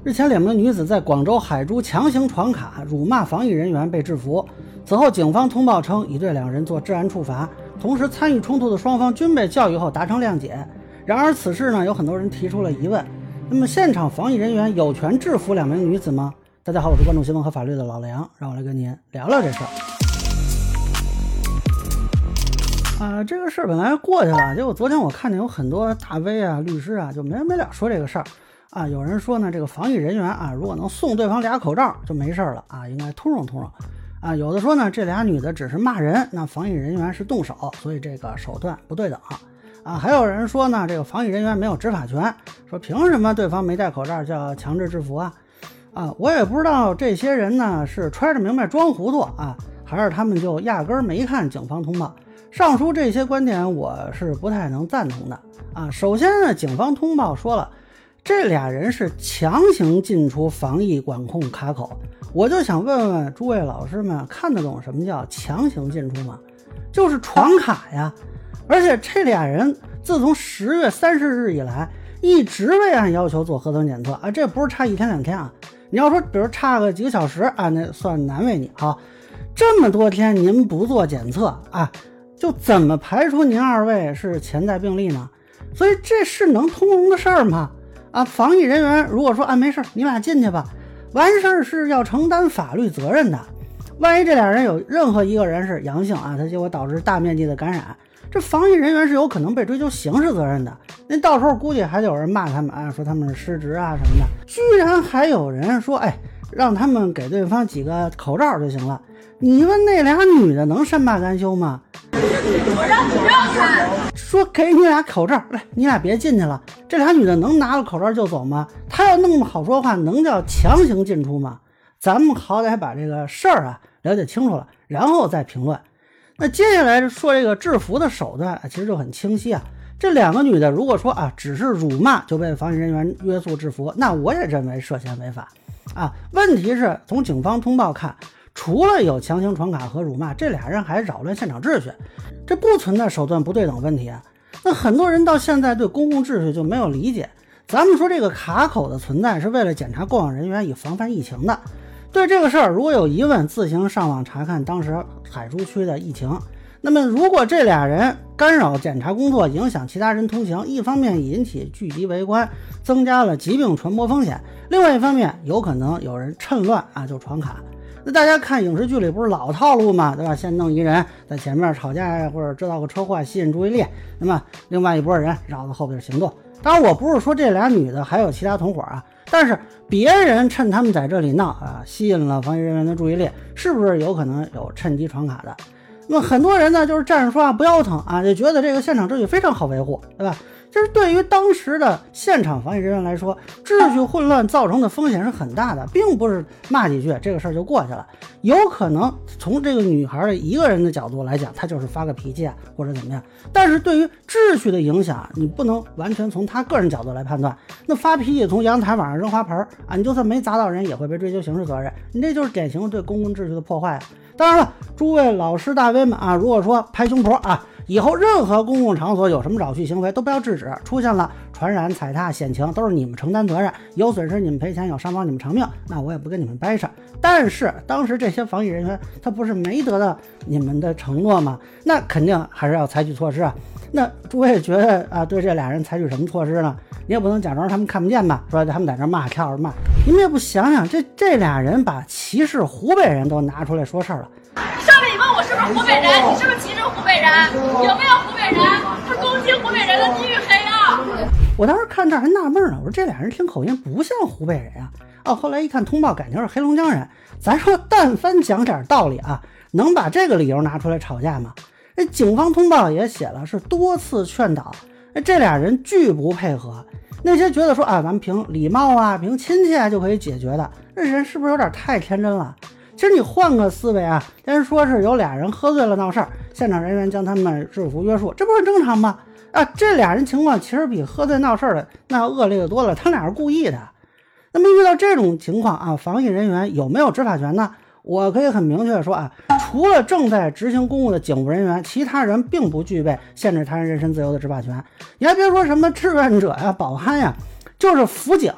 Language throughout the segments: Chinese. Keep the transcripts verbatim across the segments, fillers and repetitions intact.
日前，两名女子在广州海珠强行闯卡，辱骂防疫人员被制服。此后，警方通报称已对两人做治安处罚，同时参与冲突的双方均被教育后达成谅解。然而，此事呢，有很多人提出了疑问：那么，现场防疫人员有权制服两名女子吗？大家好，我是关注新闻和法律的老梁，让我来跟您聊聊这事儿。啊，这个事儿本来过去了，结果昨天我看见有很多大 V 啊、律师啊，就没完没了说这个事儿。啊，有人说呢，这个防疫人员啊，如果能送对方俩口罩就没事了啊，应该通融通融。啊，有的说呢，这俩女的只是骂人，那防疫人员是动手，所以这个手段不对等。啊，还有人说呢，这个防疫人员没有执法权，说凭什么对方没戴口罩就要强制制服啊？啊，我也不知道这些人呢是揣着明白装糊涂啊，还是他们就压根儿没看警方通报。上述这些观点我是不太能赞同的啊。首先呢，警方通报说了，这俩人是强行进出防疫管控卡口，我就想问问诸位老师们，看得懂什么叫强行进出吗？就是闯卡呀！而且这俩人自从十月三十日以来，一直未按要求做核酸检测啊，这不是差一天两天啊！你要说比如差个几个小时啊，那算难为你好，这么多天您不做检测啊，就怎么排除您二位是潜在病例呢？所以这是能通融的事儿吗？啊，防疫人员如果说啊没事，你俩进去吧，完事儿是要承担法律责任的。万一这俩人有任何一个人是阳性啊，他结果导致大面积的感染，这防疫人员是有可能被追究刑事责任的。那到时候估计还得有人骂他们啊，说他们是失职啊什么的。居然还有人说，哎，让他们给对方几个口罩就行了。你问那俩女的能善罢甘休吗？ 我让你不要看， 说给你俩口罩，来，你俩别进去了。这俩女的能拿了口罩就走吗？她要那么好说话，能叫强行进出吗？咱们好歹把这个事儿啊了解清楚了，然后再评论。那接下来说这个制服的手段，其实就很清晰啊。这两个女的如果说啊只是辱骂就被防疫人员约束制服，那我也认为涉嫌违法啊。问题是从警方通报看，除了有强行闯卡和辱骂，这俩人还扰乱现场秩序，这不存在手段不对等问题啊。那很多人到现在对公共秩序就没有理解，咱们说这个卡口的存在是为了检查过往人员以防范疫情的。对这个事儿如果有疑问，自行上网查看当时海珠区的疫情。那么如果这俩人干扰检查工作，影响其他人通行，一方面引起聚集围观，增加了疾病传播风险，另外一方面有可能有人趁乱啊就闯卡。那大家看影视剧里不是老套路吗？对吧？先弄一人在前面吵架呀，或者制造个车祸吸引注意力，那么另外一拨人绕到后边行动。当然我不是说这俩女的还有其他同伙啊，但是别人趁他们在这里闹啊，吸引了防疫人员的注意力，是不是有可能有趁机闯卡的？那么很多人呢就是站着说话不腰疼啊，就觉得这个现场秩序非常好维护，对吧？就是对于当时的现场防疫人员来说，秩序混乱造成的风险是很大的，并不是骂几句这个事儿就过去了。有可能从这个女孩的一个人的角度来讲，她就是发个脾气啊，或者怎么样。但是对于秩序的影响，你不能完全从她个人角度来判断。那发脾气从阳台往上扔花盆啊，你就算没砸到人，也会被追究刑事责任。你这就是典型的对公共秩序的破坏啊。当然了，诸位老师大 V 们啊，如果说拍胸脯啊，以后任何公共场所有什么扰序行为都不要制止，出现了传染、踩踏、险情，都是你们承担责任，有损失你们赔钱，有伤亡你们偿命，那我也不跟你们掰扯。但是当时这些防疫人员他不是没得到你们的承诺吗？那肯定还是要采取措施啊。那诸位觉得啊，对这俩人采取什么措施呢？你也不能假装他们看不见吧，说他们在这骂跳着骂，你们也不想想，这这俩人把歧视湖北人都拿出来说事儿了。 上面你问我是不是湖北人，你是不是歧视湖北人？有没有湖北人？是攻击湖北人的地域黑啊！ 我当时看这儿还纳闷呢，我说这俩人听口音不像湖北人啊。哦，后来一看通报感情是黑龙江人，咱说但凡讲点道理啊，能把这个理由拿出来吵架吗？这警方通报也写了是多次劝导，这俩人拒不配合。那些觉得说啊，咱们凭礼貌啊，凭亲切啊就可以解决的，这人是不是有点太天真了？其实你换个思维啊，先说是有俩人喝醉了闹事儿，现场人员将他们制服约束，这不是正常吗？啊，这俩人情况其实比喝醉闹事儿的那要恶劣的多了，他俩是故意的。那么遇到这种情况啊，防疫人员有没有执法权呢？我可以很明确的说啊，除了正在执行公务的警务人员，其他人并不具备限制他人人身自由的执法权。你还别说什么志愿者呀、保安呀，就是辅警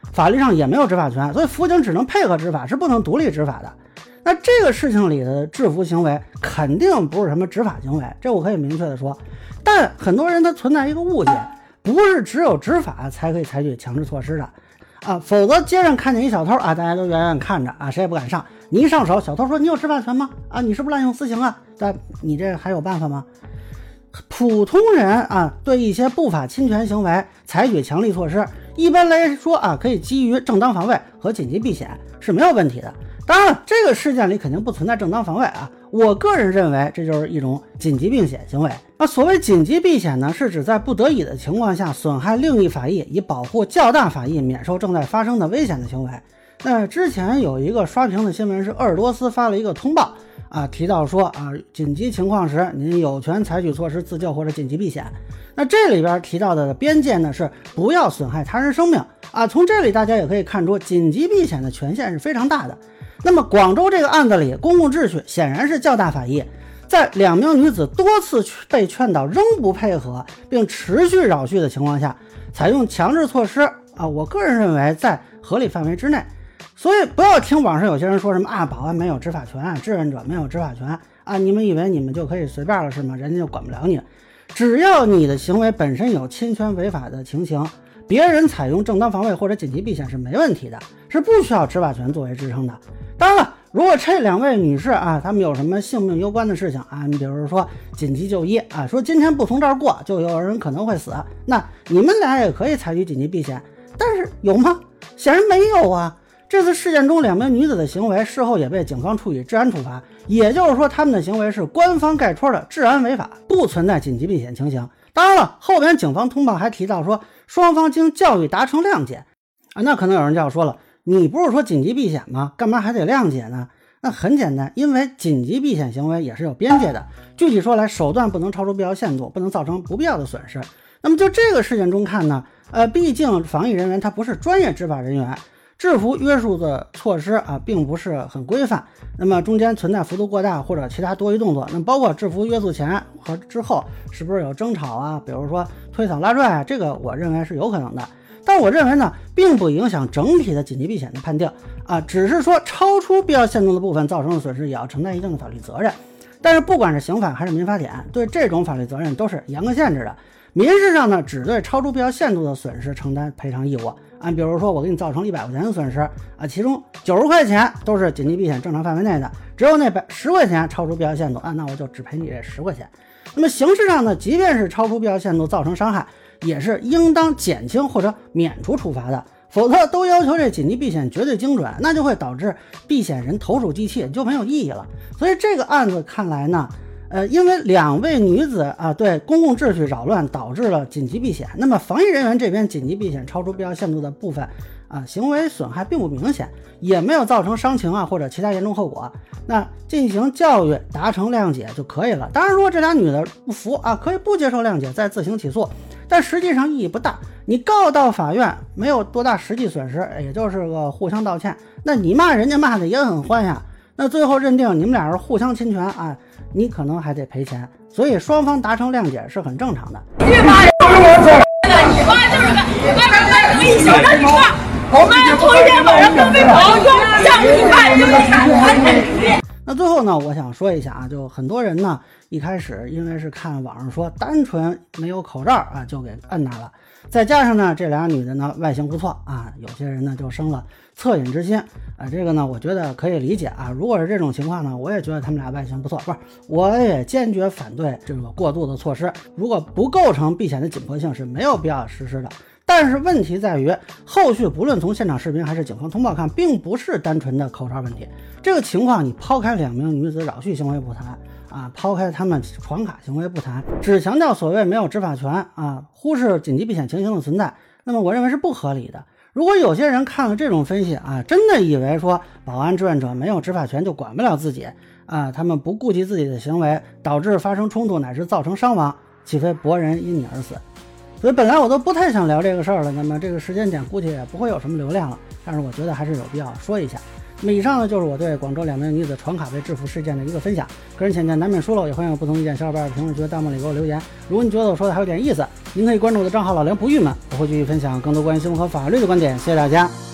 法律上也没有执法权，所以辅警只能配合执法，是不能独立执法的。那这个事情里的制服行为肯定不是什么执法行为，这我可以明确的说。但很多人他存在一个误解，不是只有执法才可以采取强制措施的啊，否则街上看见一小偷啊，大家都远远看着啊，谁也不敢上。你一上手，小偷说你有执法权吗？啊，你是不是滥用私刑啊？但你这还有办法吗？普通人啊，对一些不法侵权行为采取强力措施，一般来说啊，可以基于正当防卫和紧急避险是没有问题的。当然了，这个事件里肯定不存在正当防卫啊，我个人认为这就是一种紧急避险行为。那所谓紧急避险呢，是指在不得已的情况下损害另一法益，以保护较大法益免受正在发生的危险的行为。那之前有一个刷屏的新闻是鄂尔多斯发了一个通报啊，提到说啊，紧急情况时您有权采取措施自救或者紧急避险。那这里边提到的边界呢是不要损害他人生命啊，从这里大家也可以看出紧急避险的权限是非常大的。那么广州这个案子里，公共秩序显然是较大法益，在两名女子多次被劝导仍不配合并持续扰序的情况下，采用强制措施啊，我个人认为在合理范围之内。所以不要听网上有些人说什么啊，保安没有执法权，志愿者没有执法权啊，你们以为你们就可以随便了是吗？人家就管不了你。只要你的行为本身有侵权违法的情形，别人采用正当防卫或者紧急避险是没问题的，是不需要执法权作为支撑的。当然了，如果这两位女士啊，她们有什么性命攸关的事情啊，你比如说紧急就医啊，说今天不从这儿过就有人可能会死，那你们俩也可以采取紧急避险。但是有吗？显然没有啊。这次事件中两名女子的行为事后也被警方处以治安处罚，也就是说他们的行为是官方盖戳的治安违法，不存在紧急避险情形。当然了，后边警方通报还提到说双方经教育达成谅解啊，那可能有人就要说了，你不是说紧急避险吗？干嘛还得谅解呢？那很简单，因为紧急避险行为也是有边界的，具体说来，手段不能超出必要限度，不能造成不必要的损失。那么就这个事件中看呢，呃，毕竟防疫人员他不是专业执法人员，制服约束的措施啊，并不是很规范，那么中间存在幅度过大或者其他多余动作，那么包括制服约束前和之后是不是有争吵啊，比如说推搡拉拽啊，这个我认为是有可能的。但我认为呢，并不影响整体的紧急避险的判定啊，只是说超出必要限度的部分造成的损失也要承担一定的法律责任。但是不管是刑法还是民法典，对这种法律责任都是严格限制的。民事上呢，只对超出必要限度的损失承担赔偿义务。啊，比如说我给你造成一百块钱的损失啊，其中九十块钱都是紧急避险正常范围内的，只有那十块钱超出必要限度啊，那我就只赔你这十块钱。那么刑事上呢，即便是超出必要限度造成伤害，也是应当减轻或者免除处罚的，否则都要求这紧急避险绝对精准，那就会导致避险人投鼠忌器，就没有意义了。所以这个案子看来呢，呃，因为两位女子啊对公共秩序扰乱导致了紧急避险，那么防疫人员这边紧急避险超出必要限度的部分啊，行为损害并不明显，也没有造成伤情啊或者其他严重后果，那进行教育达成谅解就可以了。当然，如果这俩女的不服啊，可以不接受谅解再自行起诉，但实际上意义不大。你告到法院没有多大实际损失，也就是个互相道歉，那你骂人家骂的也很欢呀，那最后认定你们俩是互相侵权啊，你可能还得赔钱，所以双方达成谅解是很正常的。 你妈就是我走，你妈就是个外边外边一宿让你上，我们头一天晚上都没跑，用下午一看就是惨。 那最后呢，我想说一下啊，就很多人呢一开始因为是看网上说单纯没有口罩啊，就给摁那了。再加上呢，这俩女的呢外形不错啊，有些人呢就生了恻隐之心啊，这个呢我觉得可以理解啊。如果是这种情况呢，我也觉得他们俩外形不错，不是，我也坚决反对这个过度的措施。如果不构成避险的紧迫性，是没有必要实施的。但是问题在于，后续不论从现场视频还是警方通报看，并不是单纯的口罩问题。这个情况，你抛开两名女子扰序行为不谈啊，抛开他们闯卡行为不谈，只强调所谓没有执法权啊，忽视紧急避险情形的存在，那么我认为是不合理的。如果有些人看了这种分析啊，真的以为说保安志愿者没有执法权就管不了自己啊，他们不顾及自己的行为，导致发生冲突乃至造成伤亡，岂非博人因你而死？所以本来我都不太想聊这个事儿了，那么这个时间点估计也不会有什么流量了，但是我觉得还是有必要说一下。 那么以上呢就是我对广州两名女子闯卡被制服事件的一个分享，个人浅见难免疏漏，也欢迎有不同意见小伙伴在评论区和弹幕里给我留言。如果你觉得我说的还有点意思，您可以关注我的账号老梁不郁闷，我会继续分享更多关于新闻和法律的观点。谢谢大家。